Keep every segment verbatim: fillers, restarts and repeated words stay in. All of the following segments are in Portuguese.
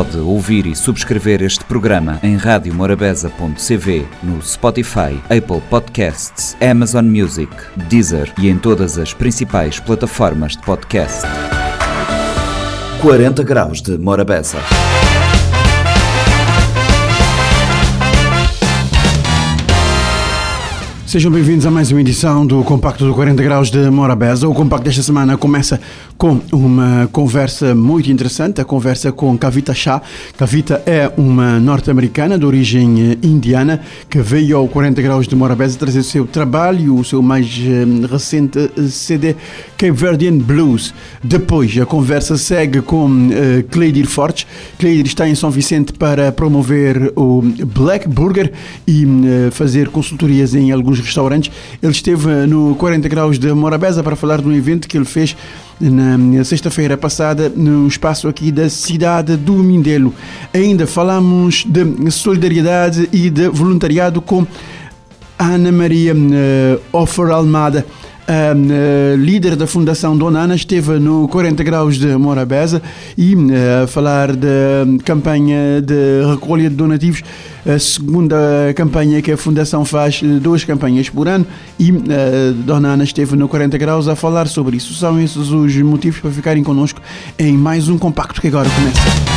Pode ouvir e subscrever este programa em rádio morabeza ponto c v, no Spotify, Apple Podcasts, Amazon Music, Deezer e em todas as principais plataformas de podcast. quarenta graus de Morabeza. Sejam bem-vindos a mais uma edição do Compacto do quarenta graus de Morabeza. O Compacto desta semana começa com uma conversa muito interessante, a conversa com Kavita Shah. Kavita é uma norte-americana de origem indiana que veio ao quarenta graus de Morabeza trazer o seu trabalho, o seu mais recente C D, Cape Verdean Blues. Depois a conversa segue com uh, Cleidir Fortes. Cleidir está em São Vicente para promover o Black Burger e uh, fazer consultorias em alguns restaurantes. Ele esteve no quarenta graus de Morabeza para falar de um evento que ele fez na sexta-feira passada no espaço aqui da cidade do Mindelo. Ainda falamos de solidariedade e de voluntariado com Ana Maria uh, Offer Almada. A uh, líder da Fundação Dona Ana esteve no quarenta graus de Morabeza e a uh, falar da campanha de recolha de donativos, a segunda campanha que a Fundação faz, duas campanhas por ano, e uh, Dona Ana esteve no quarenta graus a falar sobre isso. São esses os motivos para ficarem connosco em mais um compacto que agora começa.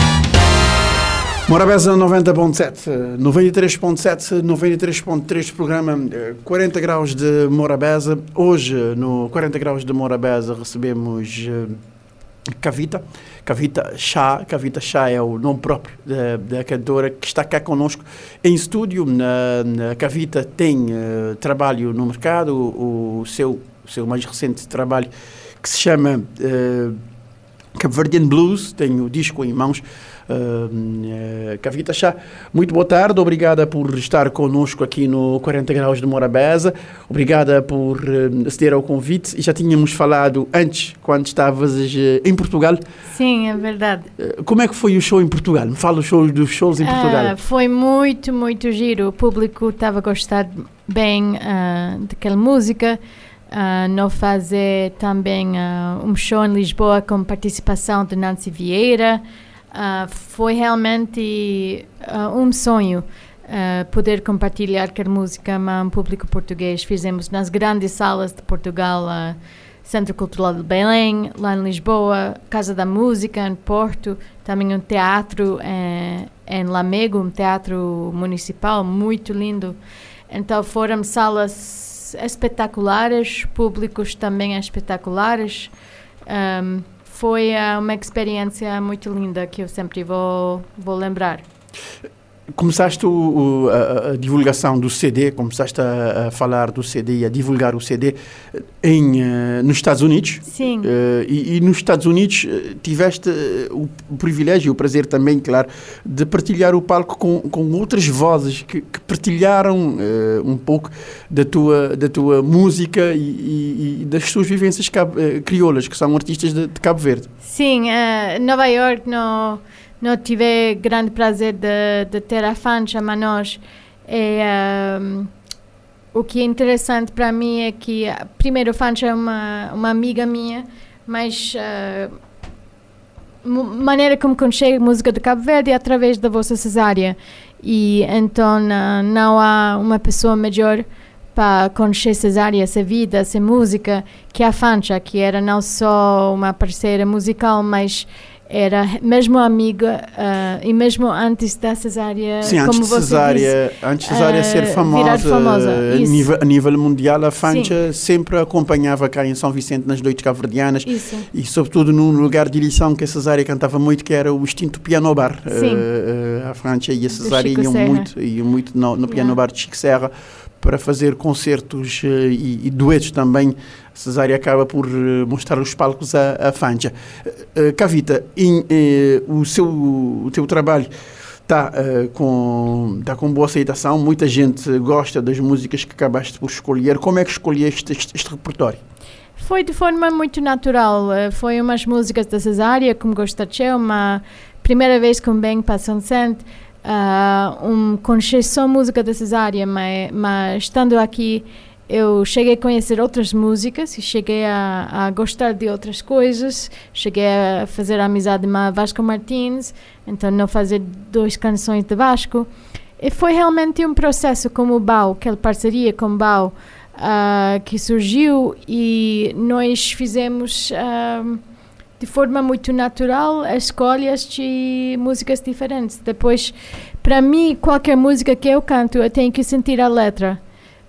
Morabeza noventa ponto sete, noventa e três ponto sete, noventa e três ponto três, programa quarenta graus de Morabeza. Hoje, no quarenta graus de Morabeza, recebemos uh, Kavita, Kavita Shah. Kavita Shah é o nome próprio da, da cantora que está cá connosco em estúdio. Uh, a Kavita tem uh, trabalho no mercado, o, o, seu, o seu mais recente trabalho que se chama uh, Cape Verdean Blues, tem o disco em mãos. Uh, uh, Kavita Shah, muito boa tarde, obrigada por estar connosco aqui no quarenta graus de Morabeza, obrigada por uh, aceder ao convite. E já tínhamos falado antes, quando estavas uh, em Portugal. Sim, é verdade. Uh, como é que foi o show em Portugal? Me fala os shows dos shows em Portugal. Uh, foi muito, muito giro, o público estava a gostar bem uh, daquela música. Uh, nós fazer também uh, um show em Lisboa com participação de Nancy Vieira. Uh, foi realmente uh, um sonho uh, poder compartilhar aquela música com um público português. Fizemos nas grandes salas de Portugal, uh, Centro Cultural de Belém, lá em Lisboa, Casa da Música em Porto, também um teatro uh, em Lamego, um teatro municipal muito lindo. Então foram salas espetaculares, públicos também espetaculares. Um, Foi uh, uma experiência muito linda que eu sempre vou, vou lembrar. Começaste o, o, a, a divulgação do C D, começaste a, a falar do C D e a divulgar o C D em, uh, nos Estados Unidos. Sim. Uh, e, e nos Estados Unidos tiveste o, o privilégio e o prazer também, claro, de partilhar o palco com, com outras vozes que, que partilharam uh, um pouco da tua, da tua música e, e, e das suas vivências cabo, uh, crioulas, que são artistas de, de Cabo Verde. Sim, uh, Nova York não... Não tive grande prazer de, de ter a Fancha, mas nós, é, um, o que é interessante para mim é que, primeiro, a Fancha é uma, uma amiga minha, mas a uh, maneira como conheci a música de Cabo Verde é através da vossa Cesária. E então uh, não há uma pessoa melhor para conhecer Cesária, essa vida, essa música, que a Fancha, que era não só uma parceira musical, mas era mesmo amiga uh, e mesmo antes da Cesária, sim, como antes você Cesária, disse, antes de Cesária uh, ser famosa, famosa. A, nível, a nível mundial, a Fancha sempre acompanhava cá em São Vicente nas noites cabo-verdianas e sobretudo num lugar de eleição que a Cesária cantava muito, que era o extinto Piano Bar. Uh, uh, a Fancha e a Cesária iam muito, iam muito no, no Piano yeah. Bar de Chico Serra para fazer concertos uh, e, e duetos também. A Cesária acaba por uh, mostrar os palcos à, à Fancha. Uh, Kavita, em, uh, o, seu, o teu trabalho está uh, com, tá com boa aceitação, muita gente gosta das músicas que acabaste por escolher. Como é que escolheste este, este repertório? Foi de forma muito natural. Foi umas músicas da Cesária, como gosto de uma primeira vez que venho para São Vicente. Uh, um, conheci só música da Cesária, mas, mas estando aqui eu cheguei a conhecer outras músicas e cheguei a, a gostar de outras coisas. Cheguei a fazer amizade com Vasco Martins, então não fazer duas canções de Vasco. E foi realmente um processo como o B A U, aquela parceria com o B A U, uh, que surgiu e nós fizemos uh, de forma muito natural as escolhas de músicas diferentes. Depois, para mim, qualquer música que eu canto, eu tenho que sentir a letra.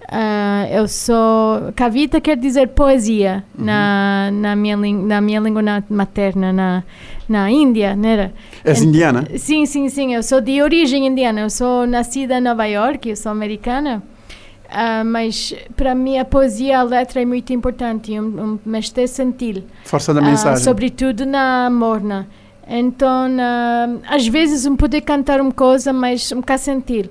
Uh, eu sou... Kavita quer dizer poesia, uhum. na, na, minha, na minha língua materna, na, na Índia, né? És indiana? Sim, sim, sim. Eu sou de origem indiana. Eu sou nascida em Nova York, eu sou americana. Uh, mas para mim a poesia, a letra é muito importante. Um, um, mas ter sentir. Força da mensagem. Uh, sobretudo na morna. Então, uh, às vezes um poder cantar uma coisa, mas um cá sentir.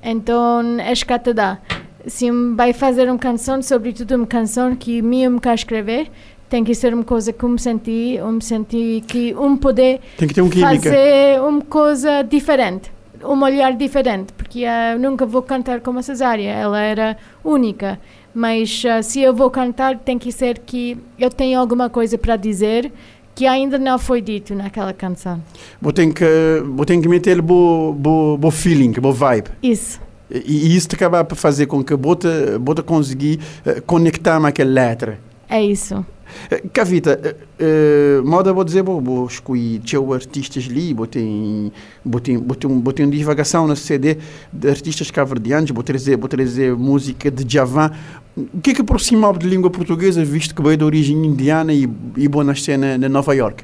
Então, é escata dá. Se vai fazer uma canção, sobretudo uma canção que mesmo cá escrever, tem que ser uma coisa que eu me senti, eu me senti que um poder tem que ter um fazer uma coisa diferente, um olhar diferente, porque uh, eu nunca vou cantar como a Cesária, ela era única, mas uh, se eu vou cantar, tem que ser que eu tenho alguma coisa para dizer que ainda não foi dito naquela canção. Vou ter que, vou ter que meter o bo feeling, o vibe. Isso. E, e isso te acaba por fazer com que você bota conseguir uh, conectar com aquela letra. É isso. Uh, Kavita, uh, uh, moda vou dizer, vou escolher teu artistas ali, botei botei botei botei uma divagação na C D de artistas cabo-verdianos, vou trazer vou trazer música de Djavan. O que é que aproxima de língua portuguesa, visto que veio de origem indiana e e boa nascer na, na Nova York?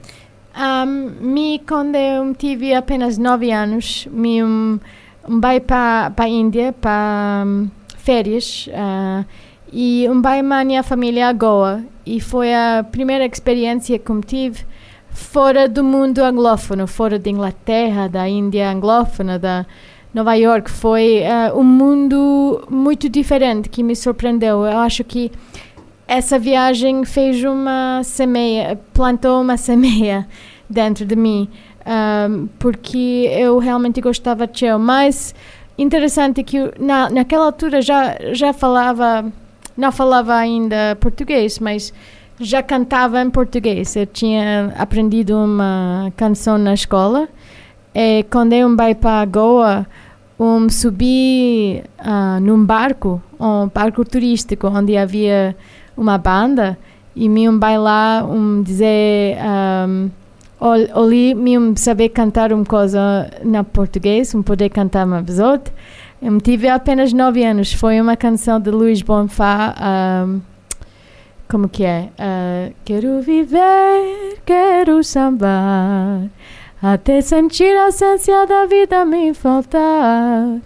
Um, me quando eu tive apenas nove anos, me um, um vai para a Índia para um, férias uh, e um vai com a minha família a Goa e foi a primeira experiência que tive fora do mundo anglófono, fora da Inglaterra, da Índia anglófona, da Nova York. Foi uh, um mundo muito diferente que me surpreendeu. Eu acho que essa viagem fez uma semeia, plantou uma semeia dentro de mim. Um, porque eu realmente gostava de eu, mas interessante que na, naquela altura já, já falava, não falava ainda português, mas já cantava em português. Eu tinha aprendido uma canção na escola e quando eu vai para Goa, um, subi uh, num barco, um barco turístico, onde havia uma banda e me um vai lá um, dizer... Um, ali mesmo saber cantar uma coisa na português, um poder cantar uma vez outra. Eu tive apenas nove anos. Foi uma canção de Luís Bonfá. Um, como que é? Uh, quero viver, quero sambar, até sentir a essência da vida me faltar.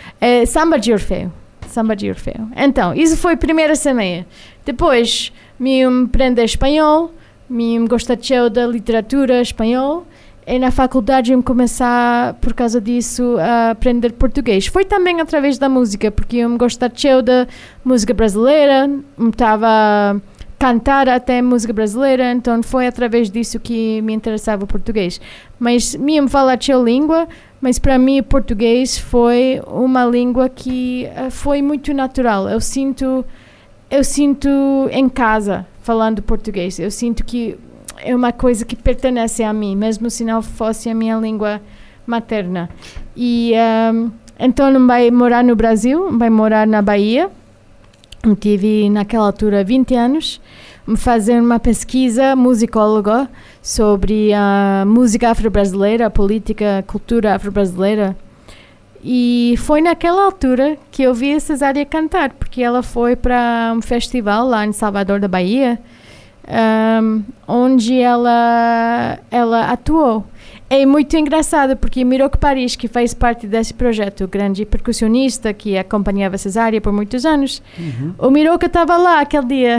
É Samba de Orfeu. Samba de Orfeu. Então, isso foi a primeira semeia. Depois, me aprender espanhol. Me gostei da literatura espanhola e na faculdade eu começar por causa disso a aprender português. Foi também através da música, porque eu me gostei da música brasileira, me estava a cantar até música brasileira, então foi através disso que me interessava o português. Mas me fala a tua língua, mas para mim o português foi uma língua que uh, foi muito natural. Eu sinto, eu sinto em casa falando português. Eu sinto que é uma coisa que pertence a mim, mesmo se não fosse a minha língua materna. E um, então não vai morar no Brasil, vai morar na Bahia. Eu tive naquela altura vinte anos, fazer uma pesquisa musicóloga sobre a música afro-brasileira, a política, a cultura afro-brasileira. E foi naquela altura que eu vi a Cesária cantar, porque ela foi para um festival lá em Salvador da Bahia, um, onde ela, ela atuou. É muito engraçado, porque Miroque Paris, que fez parte desse projeto, o grande percussionista que acompanhava a Cesária por muitos anos, uhum. O Miroque estava lá aquele dia.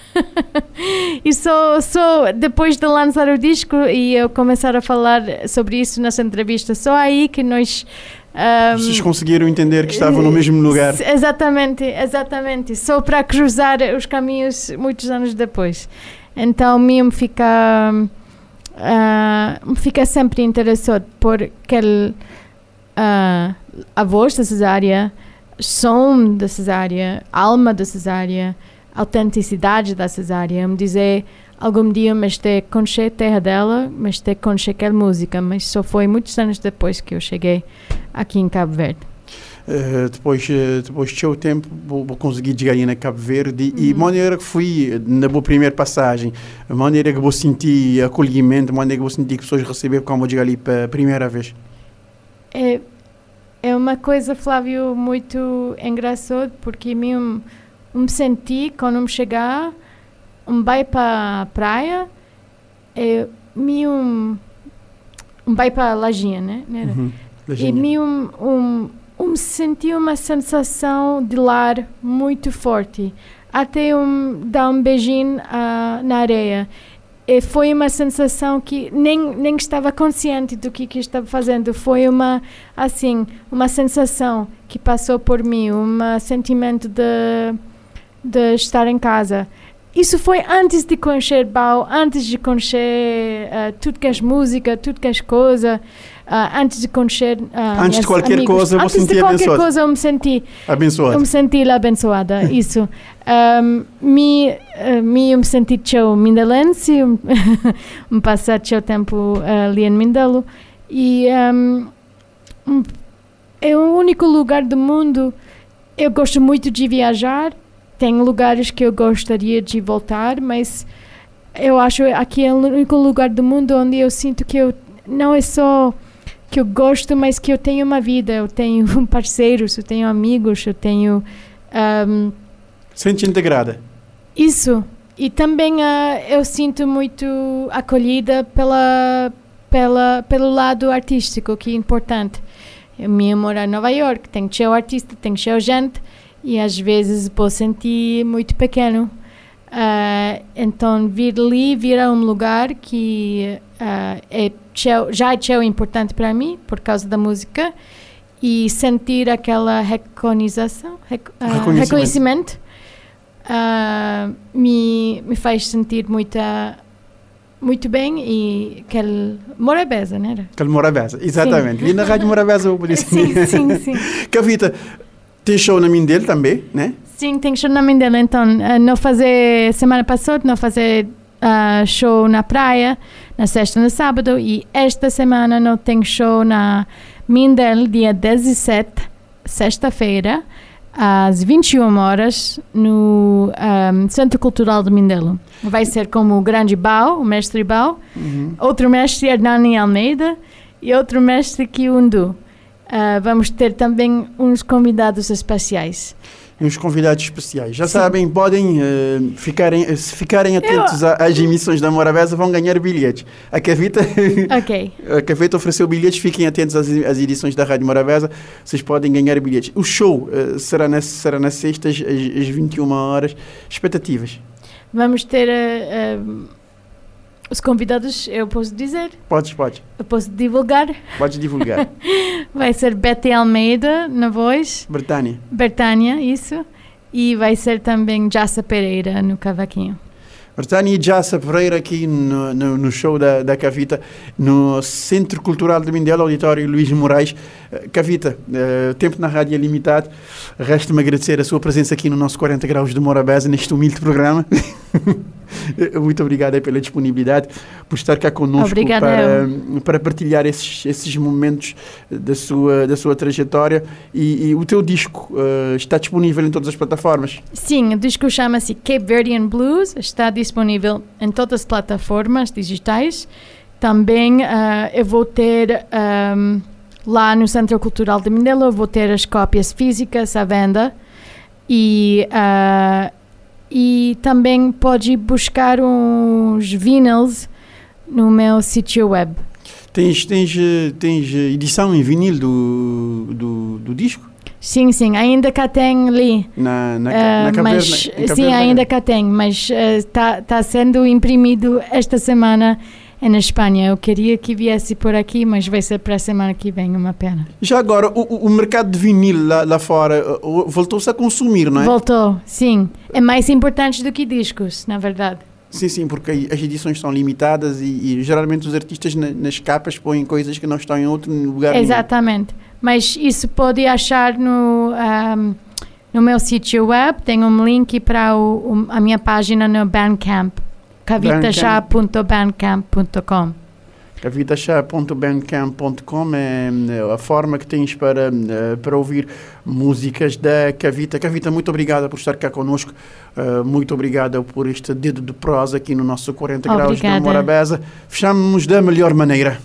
E só, só depois de lançar o disco e eu começar a falar sobre isso nessa entrevista, só aí que nós... Um, Vocês conseguiram entender que estavam no mesmo lugar. Exatamente, exatamente. Só para cruzar os caminhos muitos anos depois. Então, mesmo fica, uh, fica sempre interessado por aquele, uh, a voz da Cesária, som da Cesária, alma da Cesária, autenticidade da Cesária. Me dizer, algum dia, mas te conheci a terra dela, mas te conheci aquela música, mas só foi muitos anos depois que eu cheguei aqui em Cabo Verde. Uh, depois, uh, depois do seu tempo, vou, vou conseguir chegar aí na Cabo Verde uhum. e a maneira que fui na boa primeira passagem, a maneira que vou sentir acolhimento, a maneira que vou sentir que pessoas receberam quando vou chegar ali pela primeira vez. É, é uma coisa, Flávio, muito engraçada, porque eu me senti, quando me chegar, um vai para a praia, é, me um, um vai para a Lajinha, né? Uhum. E me um, um Um, senti uma sensação de lar muito forte, até um, dar um beijinho uh, na areia. E foi uma sensação que nem, nem estava consciente do que, que estava fazendo. Foi uma, assim, uma sensação que passou por mim, um sentimento de, de estar em casa. Isso foi antes de conhecer Bau, antes de conhecer uh, tudo que é música, tudo que é coisa. Uh, antes de conhecer uh, antes de qualquer amigos. coisa, eu antes senti de qualquer abençoada. coisa eu me senti abençoada. Eu me senti abençoada, isso. Um, me, uh, me eu me senti teu mindelense, me passar teu tempo uh, ali em Mindelo e um, um, é o único lugar do mundo. Eu gosto muito de viajar, tem lugares que eu gostaria de voltar, mas eu acho que aqui é o único lugar do mundo onde eu sinto que eu não é só que eu gosto, mas que eu tenho uma vida, eu tenho parceiros, eu tenho amigos, eu tenho... Um, Sente integrada. Isso. E também uh, eu sinto muito acolhida pela, pela, pelo lado artístico, que é importante. Eu me moro em Nova York, tenho cheio artista, tenho cheio gente, e às vezes vou sentir muito pequeno. Uh, então vir ali, vir a um lugar que uh, é tchau, já é tão importante para mim por causa da música e sentir aquela recognização, rec, uh, reconhecimento, reconhecimento uh, me, me faz sentir muita, muito bem e aquele Morabeza, não era? Aquele Morabeza, exatamente. Sim. E na Rádio Morabeza eu podia sim, sim, sim. Cavita, tem show na Mindelo também, né? Sim, tem show na Mindelo, então uh, não fazer semana passada, não fazer uh, show na praia, na sexta e no sábado, e esta semana não tem show na Mindelo, dia dezassete, sexta-feira, às vinte e uma horas, no um, Centro Cultural de Mindelo. Vai ser como o grande Bau, o mestre Bau, uhum. outro mestre Hernani Almeida e outro mestre Kiundu. Uh, vamos ter também uns convidados especiais. Uns convidados especiais. Já Sim. sabem, podem uh, ficarem, se ficarem atentos Eu... às emissões da Morabeza, vão ganhar bilhetes. A Cavita, okay. a Cavita ofereceu bilhetes, fiquem atentos às, às edições da Rádio Morabeza, vocês podem ganhar bilhetes. O show uh, será, na, será na sexta, às, às vinte e uma horas. Expectativas? Vamos ter... Uh, uh, os convidados, eu posso dizer? Podes, podes. Eu posso divulgar? Podes divulgar. Vai ser Betty Almeida na voz. Bertânia. Bertânia, isso. E vai ser também Jassa Pereira no cavaquinho. Bertânia e Jassa Pereira aqui no, no, no show da, da Cavita, no Centro Cultural de Mindelo, Auditório Luís Moraes. Uh, Cavita, uh, tempo na rádio é limitado. Resta-me agradecer a sua presença aqui no nosso quarenta graus de Morabeza, neste humilde programa. Muito obrigado pela disponibilidade, por estar cá connosco para, para partilhar esses, esses momentos da sua, da sua trajetória. E, e o teu disco uh, está disponível em todas as plataformas? Sim, o disco chama-se Cape Verdean Blues, está disponível em todas as plataformas digitais. Também uh, eu vou ter um, lá no Centro Cultural de Mindelo, eu vou ter as cópias físicas à venda e uh, E também pode buscar uns vinyls no meu sítio web. Tens, tens, tens edição em vinil do, do, do disco? Sim, sim, ainda cá tem ali. Na, na, uh, na mas, caverna, sim, ainda cá tem, mas está uh, tá sendo imprimido esta semana na Espanha. Eu queria que viesse por aqui, mas vai ser para a semana que vem, uma pena. Já agora, o, o mercado de vinil lá, lá fora voltou-se a consumir, não é? Voltou, sim. É mais importante do que discos, na verdade. Sim, sim, porque as edições são limitadas e, e geralmente os artistas na, nas capas põem coisas que não estão em outro lugar. Exatamente. Nenhum. Mas isso pode achar no, um, no meu sítio web, tem um link para o, o, a minha página no Bandcamp, cavitachá ponto bandcamp ponto com. cavitachá ponto bandcamp ponto com é a forma que tens para, para ouvir músicas da Cavita. Cavita, muito obrigada por estar cá connosco, muito obrigada por este dedo de prosa aqui no nosso quarenta graus da Morabeza. Fechamos da melhor maneira.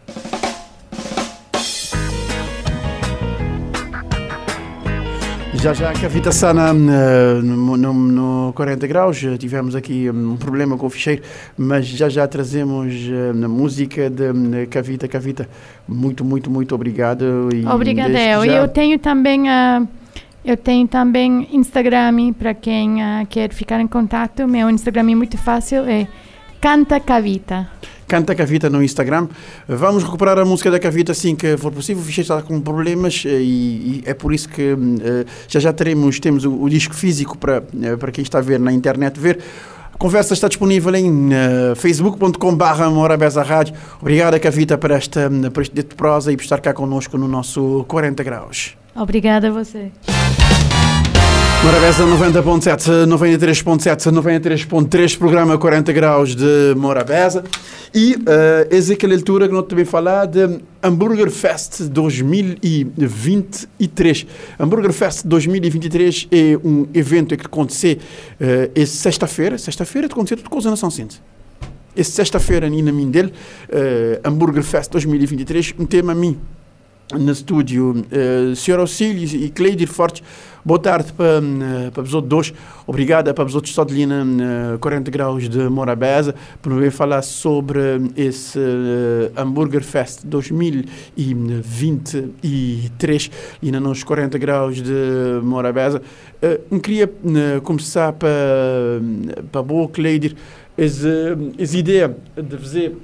Já já a Cavita Sana no, no, no quarenta graus, tivemos aqui um problema com o ficheiro, mas já já trazemos na música de Cavita. Cavita, muito, muito, muito obrigado. Obrigada eu. Já... Eu tenho também uh, eu tenho também Instagram para quem uh, quer ficar em contato. Meu Instagram é muito fácil, é Canta Cavita. Canta Cavita no Instagram. Vamos recuperar a música da Cavita assim que for possível. O ficheiro está com problemas e, e é por isso que uh, já já teremos temos o, o disco físico para, uh, para quem está a ver na internet ver. A conversa está disponível em uh, facebook ponto com barra Morabeza Rádio. Obrigado, Cavita, por, esta, por este dedo de prosa e por estar cá connosco no nosso quarenta graus. Obrigada a você. Morabeza noventa ponto sete, noventa e três ponto sete, noventa e três ponto três, programa quarenta graus de Morabeza. E uh, essa é aquela altura que nós também falar de Hamburger Fest dois mil e vinte e três. Hamburger Fest dois mil e vinte e três é um evento que acontece uh, essa sexta-feira. Sexta-feira acontece tudo coisa na São Vicente. Essa sexta-feira, na Mindel, uh, Hamburger Fest dois mil e vinte e três, um tema a mim. No estúdio, uh, senhor Auxílio e Cleidir Fortes, boa tarde para, uh, para os outros dois, obrigada para os outros só de ali na uh, quarenta graus de Morabeza, por vir falar sobre esse uh, Hamburger Fest dois mil e vinte e três e na nos quarenta graus de Morabeza. Uh, eu queria uh, começar para, para boa Cleidir, essa, essa ideia de fazer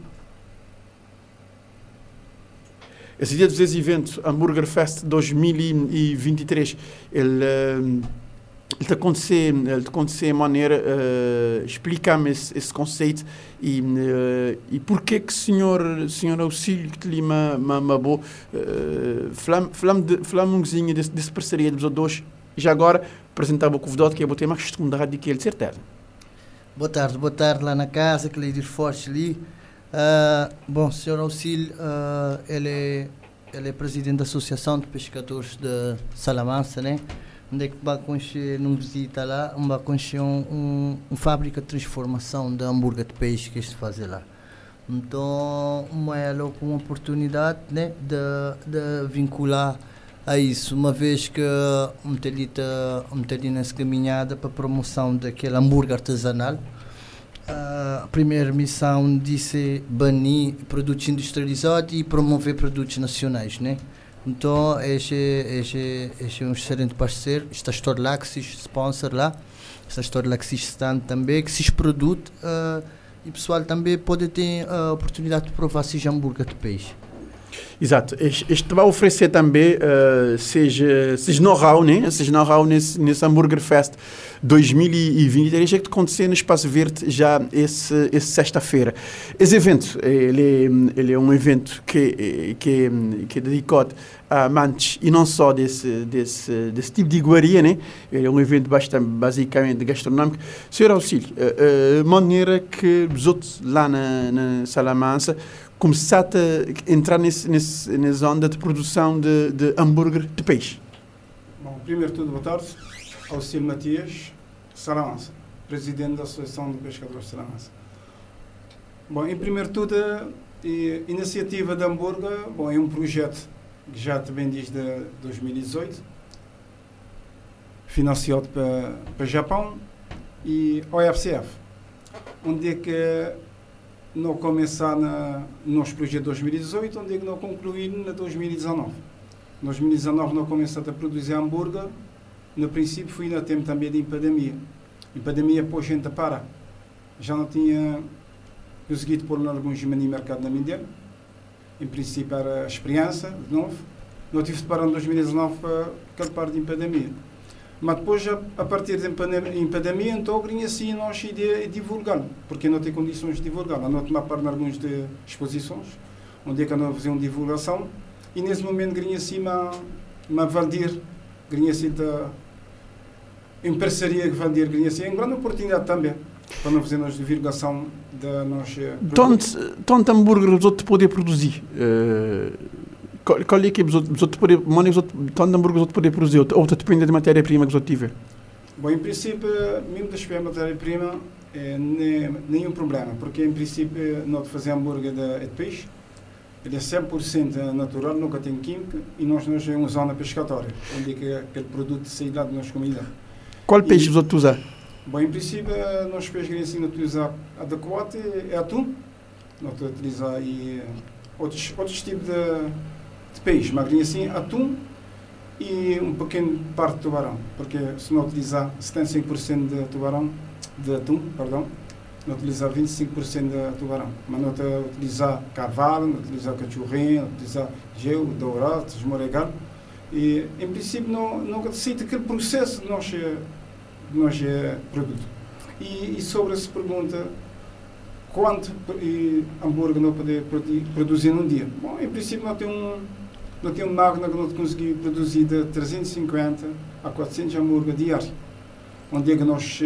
Esse dia dos eventos, Hamburger Fest dois mil e vinte e três, ele está acontecendo de maneira, uh, explicar-me esse, esse conceito e, uh, e porquê que o senhor, senhor Auxílio que lhe mamou, falamos um pouquinho desse, desse parceria dos dois, e já agora apresentava o convidado que eu vou ter mais secundário de que ele, de certeza. Boa tarde, boa tarde lá na casa, Cleidir Fortes ali. Uh, bom, o senhor Auxílio, uh, ele, é, ele é presidente da Associação de Pescadores de Salamanca, né? Onde é que vai conhecer, numa visita lá, vai conhecer um, um, uma fábrica de transformação de hambúrguer de peixe que se faz lá. Então, é logo uma oportunidade, né, de, de vincular a isso, uma vez que me tenho nessa caminhada para a promoção daquele hambúrguer artesanal. A primeira missão disse banir produtos industrializados e promover produtos nacionais, né? Então, este, este, este é um excelente parceiro. Esta história lá que se sponsor lá, esta história lá que se stand também, que se produto uh, e o pessoal também pode ter a oportunidade de provar esse hambúrguer de peixe. Exato. Este, este vai oferecer também uh, seja, seja know-how, né? Seja know-how nesse, nesse Hamburger Fest dois mil e vinte e três, é que aconteceu no Espaço Verde já esse, esse sexta-feira. Esse evento, ele é, ele é um evento que, que, que é dedicado a amantes e não só desse, desse, desse tipo de iguaria, né? Ele é um evento bastante, basicamente gastronómico. senhor Auxílio, a uh, uh, maneira que os outros lá na, na Salamanca começar a entrar nesse, nesse, nessa onda de produção de, de hambúrguer de peixe? Bom, primeiro de tudo, boa tarde. Auxílio Matias, Salamanca, presidente da Associação de Pescadores de Salamanca. Bom, em primeiro de tudo, a iniciativa de hambúrguer, bom, é um projeto que já vem desde dois mil e dezoito, financiado para, para o Japão e O F C F, onde é que não começar na nos projetos de dois mil e dezoito, onde é que não concluir na dois mil e dezenove. Em dois mil e dezenove não começamos a produzir hambúrguer. No princípio foi ainda tempo também de pandemia. Em pandemia, pô, a gente para. Já não tinha conseguido pôr alguns mini mercado na Mindel. Em princípio era a experiência, de novo. Não tive de parar em dois mil e dezenove para aquela parte de pandemia. Mas depois, a partir da pandemia, então, a assim, nossa ideia é divulgá-lo, porque não tem condições de divulgá-lo. Não tomar parte em algumas de exposições, onde é que não fazer uma divulgação, e nesse momento ganha assim uma, uma Valdir, ganha assim em parceria com Valdir, ganha assim uma grande oportunidade também para nós fazermos divulgação da nossa... Tanto hambúrguer os outros podem produzir? Uh, qual, qual é que os outros podem... Tanto hambúrguer os outros podem produzir? Ou depende da matéria-prima que os outros tiverem? Bom, em princípio, mesmo da matéria-prima, é, nem, nenhum problema, porque em princípio nós fazemos hambúrguer de, de peixe, ele é cem por cento natural, nunca tem química, e nós não é uma zona pescatória, onde é que aquele produto sai lá da nossa comida. Qual peixe os outros usam? Bom, em princípio, nós peixes assim, nós utilizamos adequado é atum, nós utilizamos aí outros, outros tipos de, de peixe, mas assim, atum e um pequeno parte de tubarão, porque se não utilizar setenta e cinco por cento de tubarão, de atum, perdão, não utilizar vinte e cinco por cento de tubarão, mas não utilizar carvalho, não utilizar cachorrinho, não utilizar gelo, dourado, esmoregar, e em princípio não, não decide aquele processo de nós, nós é produto. E, e sobre essa pergunta, quanto e, hambúrguer não poder produzir num dia? Bom, em princípio não tem um Nós temos uma máquina que nós conseguimos produzir de trezentos e cinquenta a quatrocentos hambúrguer diários. Onde é que nós...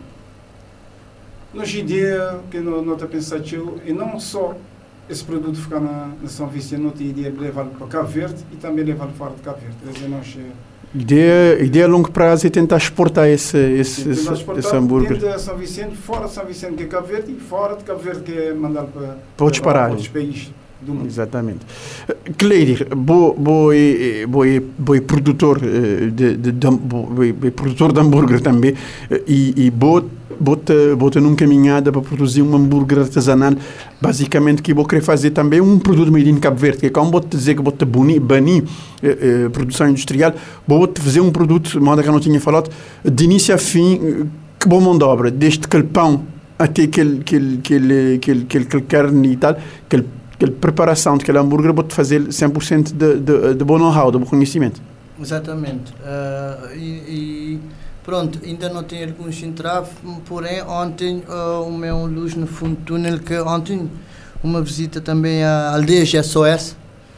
Nós ideia que nós estamos a pensar e não só esse produto ficar na, na São Vicente, nós temos ideia de levá-lo para Cabo Verde e também levá-lo fora de Cabo Verde. Quer dizer, nós... Ideia, ideia a longo prazo é tentar exportar esse, esse, sim, esse, exportar esse hambúrguer. Dentro de São Vicente, fora de São Vicente que é Cabo Verde e fora de Cabo Verde que é mandado para, para outros, para outros países. Exatamente. Cleidir, bo, bo, bo, bo produtor de, de, de, bo, bo, produtor de hambúrguer também e, e bo, bota, bota numa caminhada para produzir um hambúrguer artesanal, basicamente que vou querer fazer também um produto made in Cabo Verde, que é como vou dizer que vou banir eh, eh, produção industrial, vou fazer um produto, modo que eu não tinha falado, de início a fim, que boa mão de obra, desde aquele pão até aquele, aquele, aquele, aquele, aquele, aquele carne e tal, aquele aquela preparação de aquele hambúrguer pode fazer cem por cento de, de, de bom know-how, de bom conhecimento. Exatamente. Uh, e, e pronto, ainda não tenho alguns entraves, porém ontem uh, o meu luz no fundo do túnel, que ontem uma visita também à aldeia G S O S.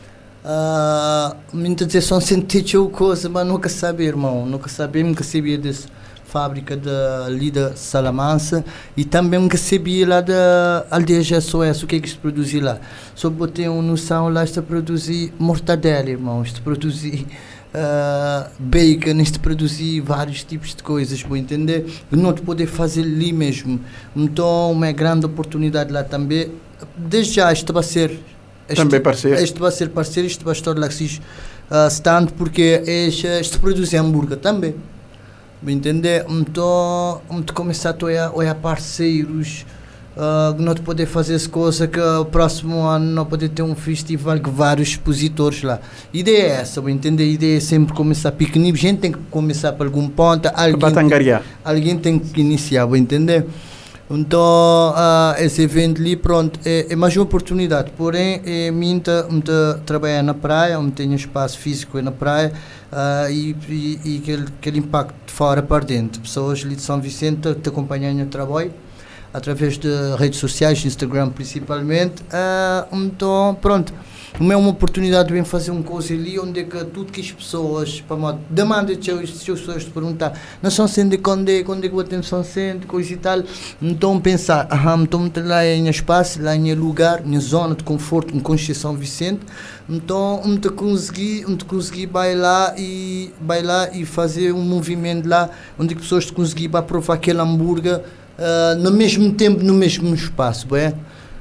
Uh, muitas vezes são sentido coisa, mas nunca sabia, irmão, nunca sabia, nunca sabia desse fábrica de, ali da Salamanca e também nunca sabia lá da aldeia G S O S o que é que se produzia lá. Só botei uma noção lá, está a produzir mortadela, irmão, está a produzir uh, bacon, está a produzir vários tipos de coisas, vou entender? Não te poder fazer ali mesmo. Então, uma grande oportunidade lá também. Desde já, este vai ser este, também parceiro. Este vai ser parceiro, este vai estar lá uh, stand, porque este, este produz hambúrguer também. Me entender? Então, muito começar a olhar, olhar parceiros, uh, não poder fazer as coisas que o próximo ano não poder ter um festival com vários expositores lá. A ideia é essa, me entender? A ideia é sempre começar pequenino, a gente tem que começar por algum ponto, alguém tem, alguém tem que iniciar, vou entender? Então, uh, esse evento ali, pronto, é, é mais uma oportunidade. Porém, é muita, muita trabalhar na praia, onde tem espaço físico na praia, uh, e, e, e aquele, aquele impacto de fora para dentro. Pessoas ali de São Vicente te acompanham o trabalho, através de redes sociais, Instagram principalmente. Uh, então, pronto, é uma oportunidade de fazer uma coisa ali onde é que tudo que as pessoas para demandam de as pessoas de perguntar não são sendo quando é quando é que eu são sendo coisa e tal, então pensar ah, então lá em espaço, lá em lugar, em zona de conforto, em Constituição Vicente, então onde consegui onde consegui bailar e bailar e fazer um movimento lá onde as pessoas conseguiram provar aquele hambúrguer uh, no mesmo tempo, no mesmo espaço, bem?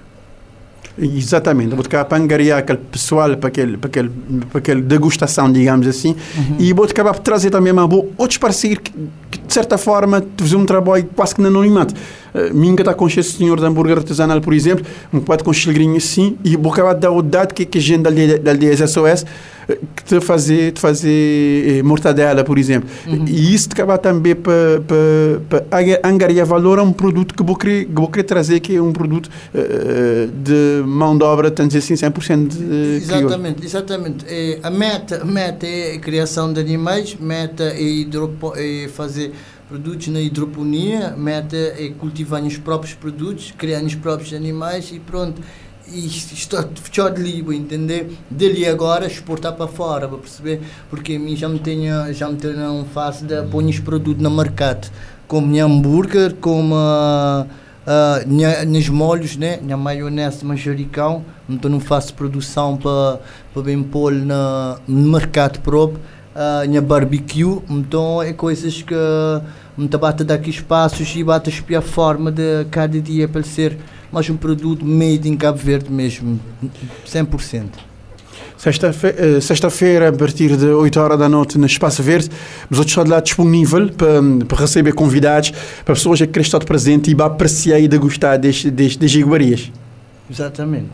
Exatamente, vou acabar para angariar aquele pessoal para aquele, para aquele, para aquele degustação, digamos assim, uhum. E vou acabar por trazer também uma boa, outros parceiros que, que de certa forma fazer um trabalho quase que no anonimato. Uh, Minha está com esse senhor de hambúrguer artesanal, por exemplo, um pode com chilgrinho assim, e vou acabar de dar o dado que, que a gente da aldeia S O S que te fazer, te fazer eh, mortadela, por exemplo. Uhum. E isso te acaba também para pa, pa angariar valor a um produto que vou querer, que vou querer trazer, que é um produto uh, de mão de obra, tanto assim, cem por cento de Exatamente, crioulo. exatamente. É, a meta, meta é a criação de animais, meta é, hidropo, é fazer produtos na hidroponia, meta é cultivar os próprios produtos, criar os próprios animais e pronto. e estou fechado de livro, entender? Dali agora exportar para fora, para perceber? Porque a mim já me tenho, já me tenho um fase de pôr os produtos no mercado, como minha hambúrguer, como uh, uh, minha, minhas molhos, né? Minha maionese, manjericão, então não faço produção para para bem pôr na, no mercado próprio, uh, minha barbecue, então é coisas que me bate daqui espaços e bate a espiar a forma de cada dia para ser mais um produto made in Cabo Verde mesmo, cem por cento. Sexta-feira, sexta-feira, a partir de oito horas da noite, no Espaço Verde, os outros estão lá disponível para, para receber convidados, para pessoas que querem estar presentes e para apreciar e degustar destas des, des iguarias. Exatamente.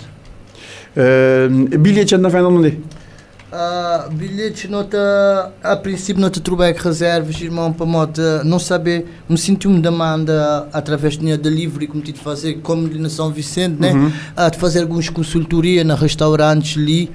Uh, bilhetes já não vem onde? Uh, bilhetes, nota, a princípio, não te trouxe reservas, irmão, para moto, não saber, me senti uma demanda através da delivery, como tive de fazer, como na São Vicente, né? Uhum. Uh, de fazer algumas consultorias na restaurantes ali,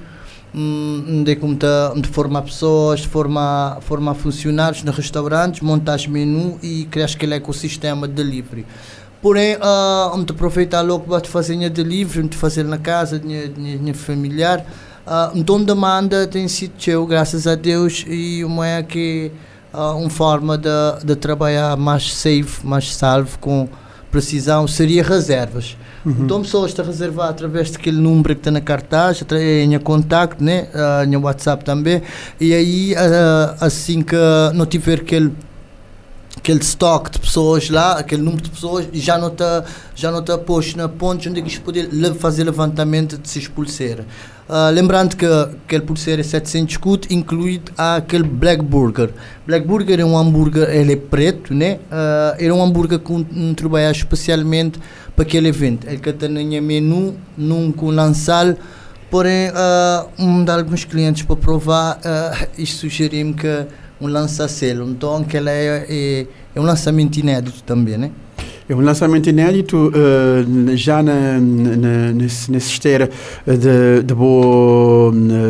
um, de como de formar pessoas, de formar, formar funcionários nos restaurantes, montar os menus e criar aquele ecossistema de delivery. Porém, uh, me aproveitar logo para fazer a delivery, me fazer na casa, minha familiar. Uh, então, demanda tem sido eu, graças a Deus, e uma é que uh, uma forma de, de trabalhar mais safe, mais salvo, com precisão, seria reservas. Uhum. Então, pessoas a reservar através daquele número que está na cartaz, em contacto, né? Uh, no WhatsApp também, e aí, uh, assim que não tiver aquele aquele estoque de pessoas lá, aquele número de pessoas, já não está já não está posto na ponte onde eles podem fazer levantamento de seis pulseiras. Uh, lembrando que aquele pulseira é setecentos escudos, incluído aquele Black Burger. Black Burger é um hambúrguer, ele é preto, né? Uh, é um hambúrguer com um trabalho especialmente para aquele evento. Ele que tem no menu, num com lançal, porém, uh, um de alguns clientes para provar, uh, isto sugere-me que um lança-selo, então aquele é, é, é um lançamento inédito também, né? É um lançamento inédito, uh, já na, na, nesse, nesse esteira de, de boa,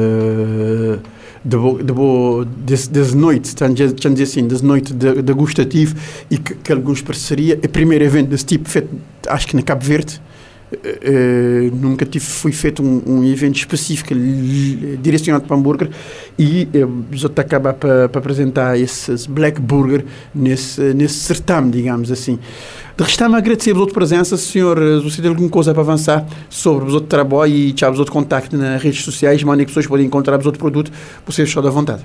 uh, de boa, de boa, des, des noites, estamos a dizer assim, das noites de, de gustativo e que, que alguns parceria, é o primeiro evento desse tipo feito, acho que na Cabo Verde. Uh, nunca tive, foi feito um, um evento específico li, direcionado para hambúrguer e uh, já está a acabar para apresentar esses Black Burger nesse, nesse certame, digamos assim. De restante, agradecer a vossa presença, senhor. Se você tem alguma coisa para avançar sobre o vosso trabalho e tchau, o vosso contacto nas redes sociais, mandem que pessoas podem encontrar o vosso produto, vocês estão à vontade.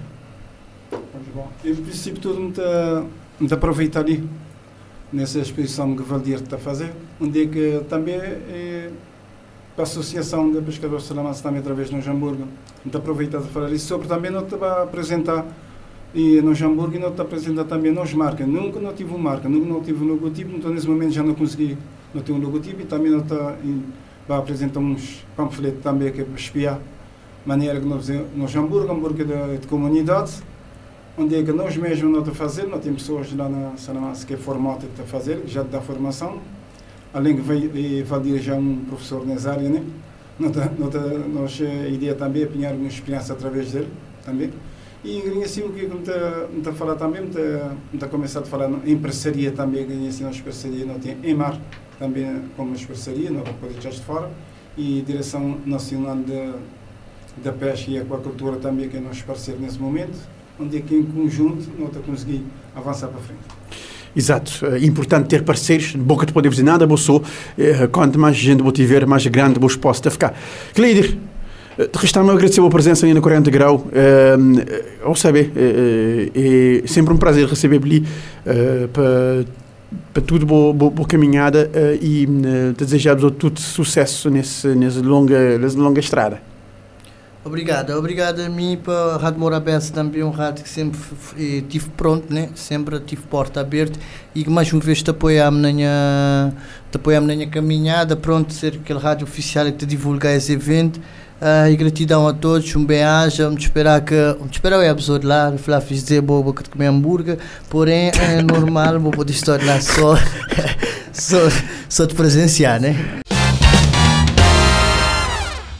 Em princípio, todo mundo está a aproveitar ali nessa exposição que o Valdir está a fazer, onde é que também é para a Associação de Pescadores de Salamanca, também através do Hamburgo, está aproveitado a falar isso sobre também, não está a apresentar e no Hamburgo não está a apresentar também nos marcas, nunca não tive uma marca, nunca não tive um logotipo, então nesse momento já não consegui não ter um logotipo e também não está a apresentar uns panfletos também que é para espiar a maneira que nós no Hamburgo, Hamburgo de, de comunidade, onde é que nós mesmos não estamos a fazer, nós temos pessoas lá na Salamanca que é formado que está a fazer, já dá formação, além que vai, vai dirigir um professor nessa área, né? Nota, nota, nós, a ideia também é apanhar uma experiência através dele, também. E assim, o que eu estou a falar também, estou a começar a falar em parceria também, assim, nós parceria, nós temos EMAR, também como parceria, nós podemos já de fora, e Direção Nacional de, da Pesca e Aquacultura também, que é nosso parceiro nesse momento, onde é que em conjunto nós conseguimos avançar para frente. Exato, é importante ter parceiros, boca de poder dizer nada, vou só, quanto mais gente vou tiver, mais grande vou exposto a ficar. Cleidir, de restante, agradecer a presença aí no quarenta Grau, ao saber, é, é sempre um prazer receber ali para para tudo boa, boa, boa caminhada e desejar-vos todo sucesso nesse, nessa, longa, nessa longa estrada. Obrigado, obrigado a mim para a Rádio Morabeza, também um rádio que sempre eh, tive pronto, né? Sempre tive porta aberta e que mais uma vez te apoiamos na minha, te apoiamos na minha caminhada, pronto, ser aquele rádio oficial que te divulga esse evento. Uh, e gratidão a todos, um bem-aja, vamos esperar que, vamos esperar o episódio lá, lá fiz dizer boa boca de comer hambúrguer, porém é normal, vou poder estar lá só, só, só de presenciar, né?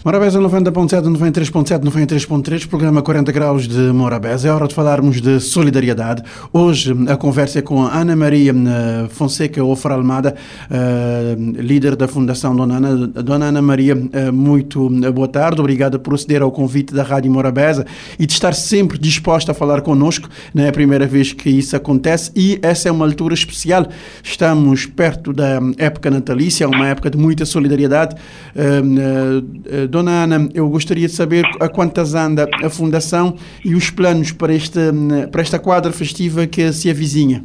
Morabeza noventa ponto sete, noventa e três ponto sete, noventa e três ponto três, programa quarenta graus de Morabeza. É hora de falarmos de solidariedade. Hoje a conversa é com a Ana Maria Fonseca Ofra Almada, uh, líder da Fundação Dona Ana. Dona Ana Maria, uh, muito boa tarde. Obrigada por aceder ao convite da Rádio Morabeza e de estar sempre disposta a falar connosco. Não é a primeira vez que isso acontece e essa é uma altura especial. Estamos perto da época natalícia, uma época de muita solidariedade. Uh, uh, Dona Ana, eu gostaria de saber a quantas anda a Fundação e os planos para esta, para esta quadra festiva que se avizinha.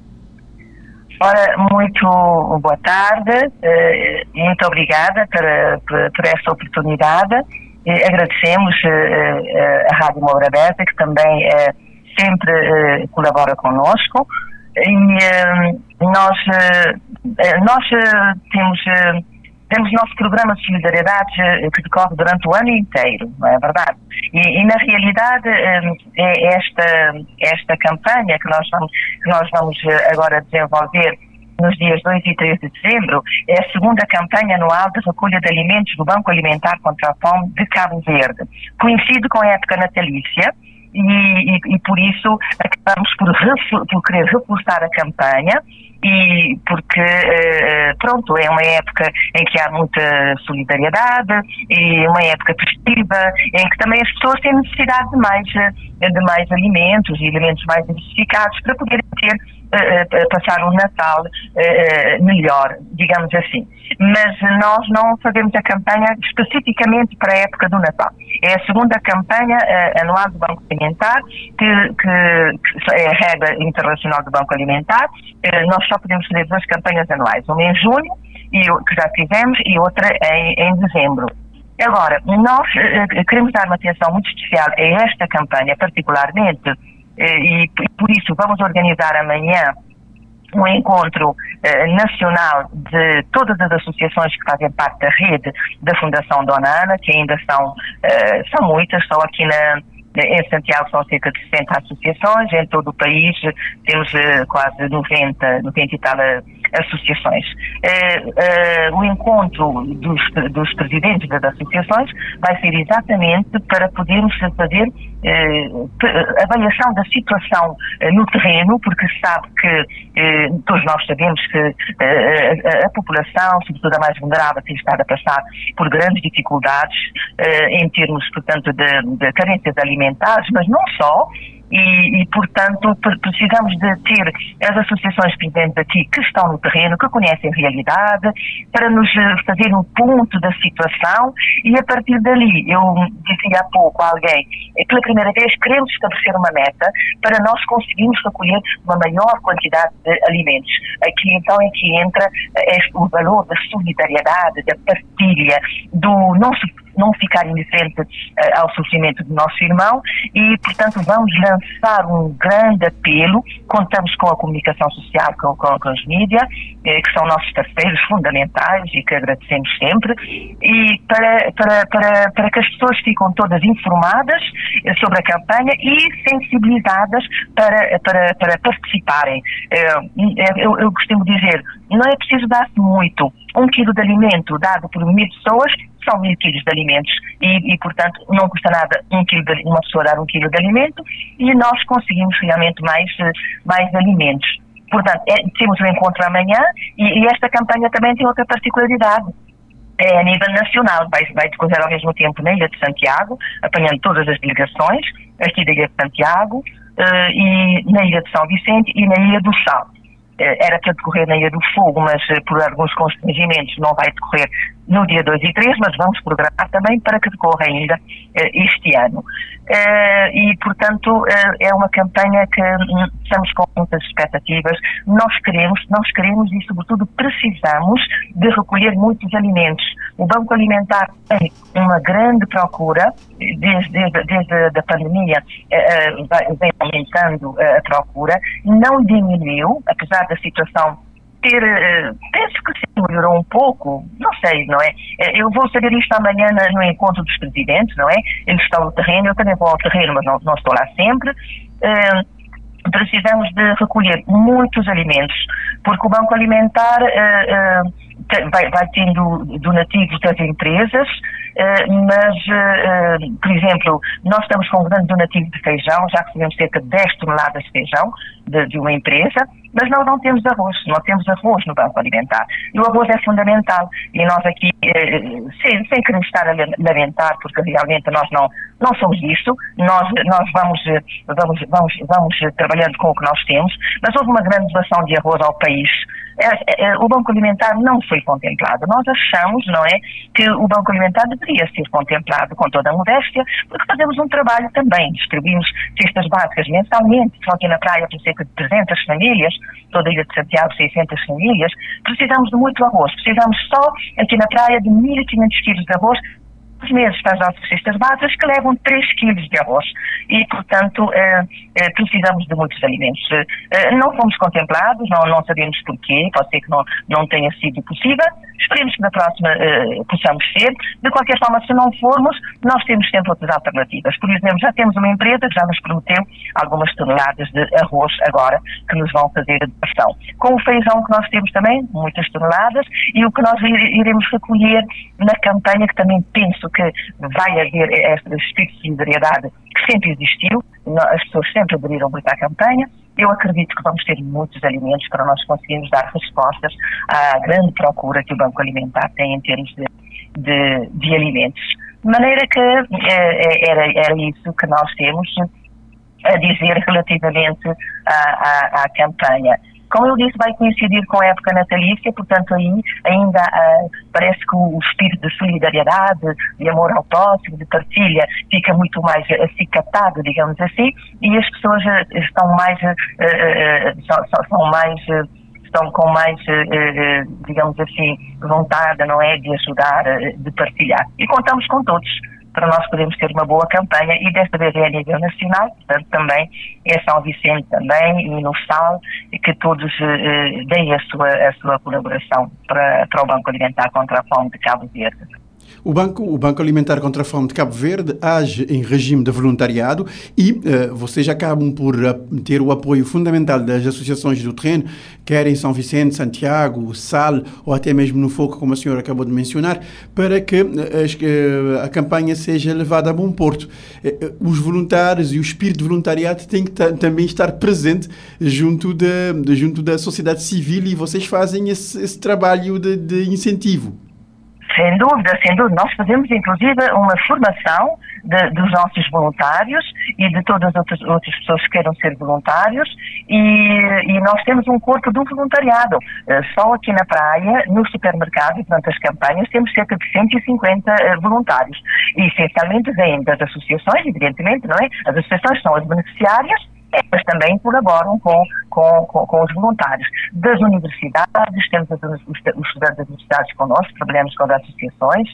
Ora, muito boa tarde, muito obrigada por, por, por esta oportunidade. Agradecemos a Rádio Morabeza, que também sempre colabora connosco. E nós, nós temos... Temos o nosso programa de solidariedade que decorre durante o ano inteiro, não é verdade? E, e na realidade, é esta, esta campanha que nós, vamos, que nós vamos agora desenvolver nos dias dois e três de dezembro, é a segunda campanha anual de recolha de alimentos do Banco Alimentar contra a Fome de Cabo Verde. Coincide com a época natalícia e, e, e por isso acabamos por, por querer reforçar a campanha. E porque, pronto, é uma época em que há muita solidariedade e uma época festiva em que também as pessoas têm necessidade de mais, de mais alimentos e alimentos mais diversificados para poderem ter, passar um Natal melhor, digamos assim. Mas nós não fazemos a campanha especificamente para a época do Natal. É a segunda campanha anual do Banco Alimentar, que, que, que é a regra internacional do Banco Alimentar. Nós só podemos fazer duas campanhas anuais, uma em junho, e, que já fizemos, e outra em, em dezembro. Agora, nós eh, queremos dar uma atenção muito especial a esta campanha, particularmente, eh, e, e por isso vamos organizar amanhã um encontro eh, nacional de todas as associações que fazem parte da rede da Fundação Dona Ana, que ainda são, eh, são muitas, só aqui na... Em Santiago são cerca de sessenta associações, em todo o país temos uh, quase noventa, noventa e tal uh, associações. Uh, uh, o encontro dos, dos presidentes das associações vai ser exatamente para podermos fazer uh, avaliação da situação uh, no terreno, porque se sabe que uh, todos nós sabemos que uh, a, a população, sobretudo a mais vulnerável, tem estado a passar por grandes dificuldades uh, em termos, portanto, de, de carências alimentares, mas não só, e, e portanto precisamos de ter as associações presentes aqui que estão no terreno, que conhecem a realidade, para nos fazer um ponto da situação e a partir dali, eu dizia há pouco a alguém, pela primeira vez queremos estabelecer uma meta para nós conseguirmos recolher uma maior quantidade de alimentos. Aqui então é que entra este, o valor da solidariedade, da partilha, do não se não ficar indiferente uh, ao sofrimento do nosso irmão e, portanto, vamos lançar um grande apelo, contamos com a comunicação social, com, com, com os mídias, eh, que são nossos parceiros fundamentais e que agradecemos sempre, e para, para, para, para que as pessoas fiquem todas informadas eh, sobre a campanha e sensibilizadas para, para, para participarem. Eh, eu, eu costumo dizer, não é preciso dar-se muito. Um quilo de alimento dado por mil pessoas são mil quilos de alimentos e, e, portanto, não custa nada um quilo de, uma pessoa dar um quilo de alimento e nós conseguimos realmente mais, mais alimentos. Portanto, é, temos um encontro amanhã e, e esta campanha também tem outra particularidade. É a nível nacional, vai, vai decorrer ao mesmo tempo na Ilha de Santiago, apanhando todas as delegações, aqui da Ilha de Santiago, uh, e na Ilha de São Vicente e na Ilha do Sal. Era para decorrer na Ilha do Fogo, mas por alguns constrangimentos não vai decorrer no dia dois e três, mas vamos programar também para que decorra ainda uh, este ano. Uh, e, portanto, uh, é uma campanha que um, estamos com muitas expectativas. Nós queremos, nós queremos e, sobretudo, precisamos de recolher muitos alimentos. O Banco Alimentar tem uma grande procura, desde, desde, desde a pandemia uh, uh, vem aumentando uh, a procura, não diminuiu, apesar da situação ter, uh, penso que se melhorou um pouco, não sei, não é? Uh, eu vou saber isto amanhã no, no encontro dos presidentes, não é? Eles estão no terreno, eu também vou ao terreno, mas não, não estou lá sempre. Uh, precisamos de recolher muitos alimentos, porque o Banco Alimentar uh, uh, vai, vai tendo donativos das empresas mas, por exemplo, nós estamos com um grande donativo de feijão, já recebemos cerca de dez toneladas de feijão de, de uma empresa, mas nós não temos arroz, não temos arroz no Banco Alimentar. E o arroz é fundamental. E nós aqui, sem, sem querer estar a lamentar, porque realmente nós não, não somos disso, nós, nós vamos, vamos, vamos, vamos trabalhando com o que nós temos, mas houve uma grande doação de arroz ao país. É, é, o Banco Alimentar não foi contemplado. Nós achamos, não é, que o Banco Alimentar deveria ser contemplado com toda a modéstia, porque fazemos um trabalho também. Distribuímos cestas básicas mensalmente, só aqui na praia por cerca de trezentas famílias, toda a ilha de Santiago seiscentas famílias. Precisamos de muito arroz. Precisamos só aqui na praia de mil e quinhentos quilos de arroz meses para as nossas cestas básicas, que levam três quilos de arroz e, portanto, eh, eh, precisamos de muitos alimentos. Eh, não fomos contemplados, não, não sabemos porquê, pode ser que não, não tenha sido possível, esperemos que na próxima eh, possamos ser. De qualquer forma, se não formos, nós temos sempre outras alternativas. Por exemplo, já temos uma empresa que já nos prometeu algumas toneladas de arroz agora, que nos vão fazer a doação. Com o feijão que nós temos também, muitas toneladas, e o que nós iremos recolher na campanha, que também penso que vai haver este espírito de solidariedade que sempre existiu, as pessoas sempre aderiram muito à campanha. Eu acredito que vamos ter muitos alimentos para nós conseguirmos dar respostas à grande procura que o Banco Alimentar tem em termos de, de, de alimentos. De maneira que eh, era, era isso que nós temos a dizer relativamente à, à, à campanha. Como eu disse, vai coincidir com a época natalícia, portanto aí ainda uh, parece que o, o espírito de solidariedade, de amor ao próximo, de partilha, fica muito mais acicatado, digamos assim, e as pessoas uh, estão mais, uh, uh, são, são mais, uh, estão com mais, uh, uh, digamos assim, vontade, não é, de ajudar, uh, de partilhar. E contamos com todos, para nós podermos ter uma boa campanha, e desta vez é a nível nacional, portanto também é São Vicente também, e no Sal, e que todos eh, deem a sua, a sua colaboração para, para o Banco Alimentar contra a Fome de Cabo Verde. O Banco, o Banco Alimentar contra a Fome de Cabo Verde age em regime de voluntariado e uh, vocês acabam por uh, ter o apoio fundamental das associações do terreno, quer em São Vicente, Santiago, Sal ou até mesmo no Foco, como a senhora acabou de mencionar, para que uh, uh, a campanha seja levada a bom porto. Uh, os voluntários e o espírito de voluntariado tem que também estar presente junto, de, de, junto da sociedade civil, e vocês fazem esse, esse trabalho de, de incentivo. Sem dúvida, sem dúvida. Nós fazemos, inclusive, uma formação de, dos nossos voluntários e de todas as outras, outras pessoas que queiram ser voluntários, e, e nós temos um corpo do voluntariado. Só aqui na praia, no supermercado, durante as campanhas, temos cerca de cento e cinquenta voluntários. E, essencialmente, vêm das associações, evidentemente, não é? As associações são as beneficiárias, mas também colaboram com, com, com, com os voluntários. Das universidades, temos os, os estudantes das universidades connosco, trabalhamos com as associações,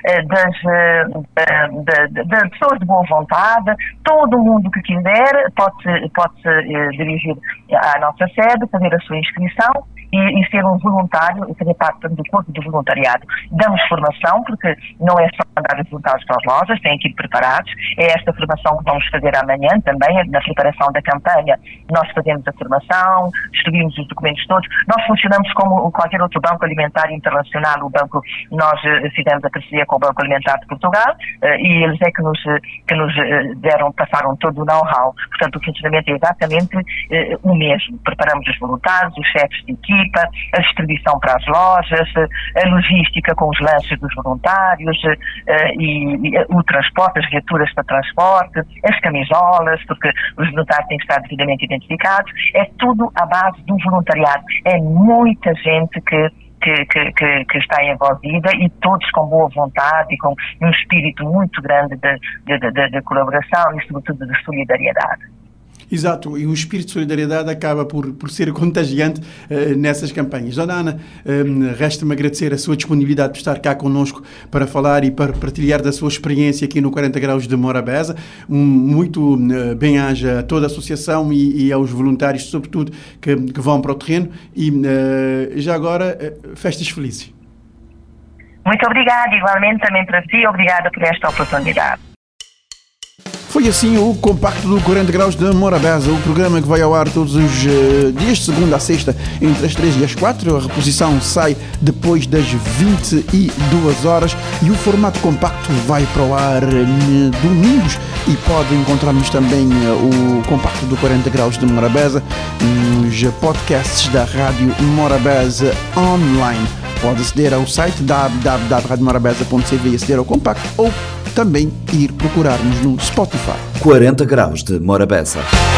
das, de, de, de pessoas de boa vontade, todo mundo que quiser pode, pode se dirigir à nossa sede, fazer a sua inscrição e, e ser um voluntário e fazer parte do corpo do voluntariado. Damos formação, porque não é só mandar os voluntários para as lojas, têm que ir preparados. É esta formação que vamos fazer amanhã também, na preparação da campanha. Nós fazemos a formação, distribuímos os documentos todos. Nós funcionamos como qualquer outro banco alimentar internacional. O banco, nós fizemos a parceria com o Banco Alimentar de Portugal e eles é que nos, que nos deram, passaram todo o know-how. Portanto, o funcionamento é exatamente o mesmo. Preparamos os voluntários, os chefes de equipa, a distribuição para as lojas, a logística com os lanches dos voluntários e, e o transporte, as viaturas para transporte, as camisolas, porque os voluntários têm que estar devidamente identificados. É tudo à base do voluntariado. É muita gente que Que, que, que está envolvida, e todos com boa vontade e com um espírito muito grande de, de, de, de colaboração e, sobretudo, de solidariedade. Exato, e o espírito de solidariedade acaba por, por ser contagiante uh, nessas campanhas. Dona Ana, um, resta-me agradecer a sua disponibilidade por estar cá connosco para falar e para partilhar da sua experiência aqui no quarenta graus de Morabeza. Um, muito uh, bem-aja a toda a associação e, e aos voluntários, sobretudo, que, que vão para o terreno. E uh, já agora, uh, festas felizes. Muito obrigada, igualmente também para si. Obrigada por esta oportunidade. Foi assim o compacto do quarenta graus de Morabeza, o programa que vai ao ar todos os uh, dias, de segunda a sexta, entre as três e as quatro. A reposição sai depois das vinte e duas horas e o formato compacto vai para o ar uh, domingos. E pode encontrarmos também uh, o compacto do quarenta graus de Morabeza nos podcasts da Rádio Morabeza online. Pode aceder ao site w w w ponto rádio morabeza ponto c v e aceder ao compacto ou também ir procurar-nos no Spotify. quarenta graus de Morabeza.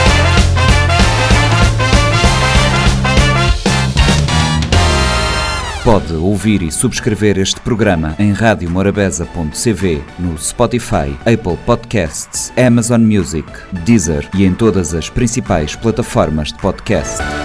Pode ouvir e subscrever este programa em rádio morabeza ponto c v, no Spotify, Apple Podcasts, Amazon Music, Deezer e em todas as principais plataformas de podcast.